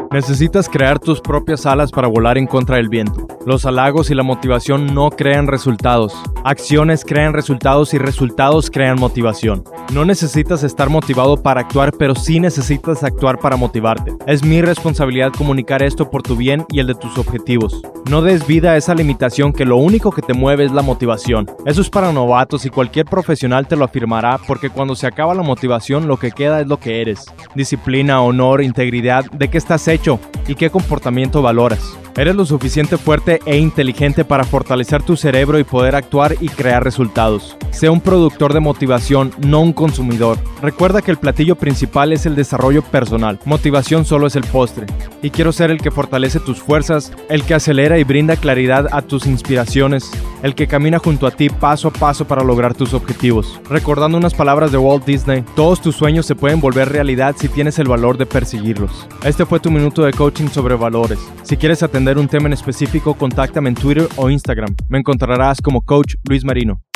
Necesitas crear tus propias alas para volar en contra del viento. Los halagos y la motivación no crean resultados. Acciones crean resultados y resultados crean motivación. No necesitas estar motivado para actuar, pero sí necesitas actuar para motivarte. Es mi responsabilidad comunicar esto por tu bien y el de tus objetivos. No des vida a esa limitación que lo único que te mueve es la motivación. Eso es para novatos y cualquier profesional te lo afirmará, porque cuando se acaba la motivación lo que queda es lo que eres. Disciplina, honor, integridad, ¿de qué estás hecho? ¿Y qué comportamiento valoras? Eres lo suficiente fuerte e inteligente para fortalecer tu cerebro y poder actuar y crear resultados. Sé un productor de motivación, no un consumidor. Recuerda que el platillo principal es el desarrollo personal. Motivación solo es el postre. Y quiero ser el que fortalece tus fuerzas, el que acelera y brinda claridad a tus inspiraciones, el que camina junto a ti paso a paso para lograr tus objetivos. Recordando unas palabras de Walt Disney, todos tus sueños se pueden volver realidad si tienes el valor de perseguirlos. Este fue tu minuto de coaching sobre valores. Si quieres atender un tema en específico, contáctame en Twitter o Instagram. Me encontrarás como Coach Luis Marino.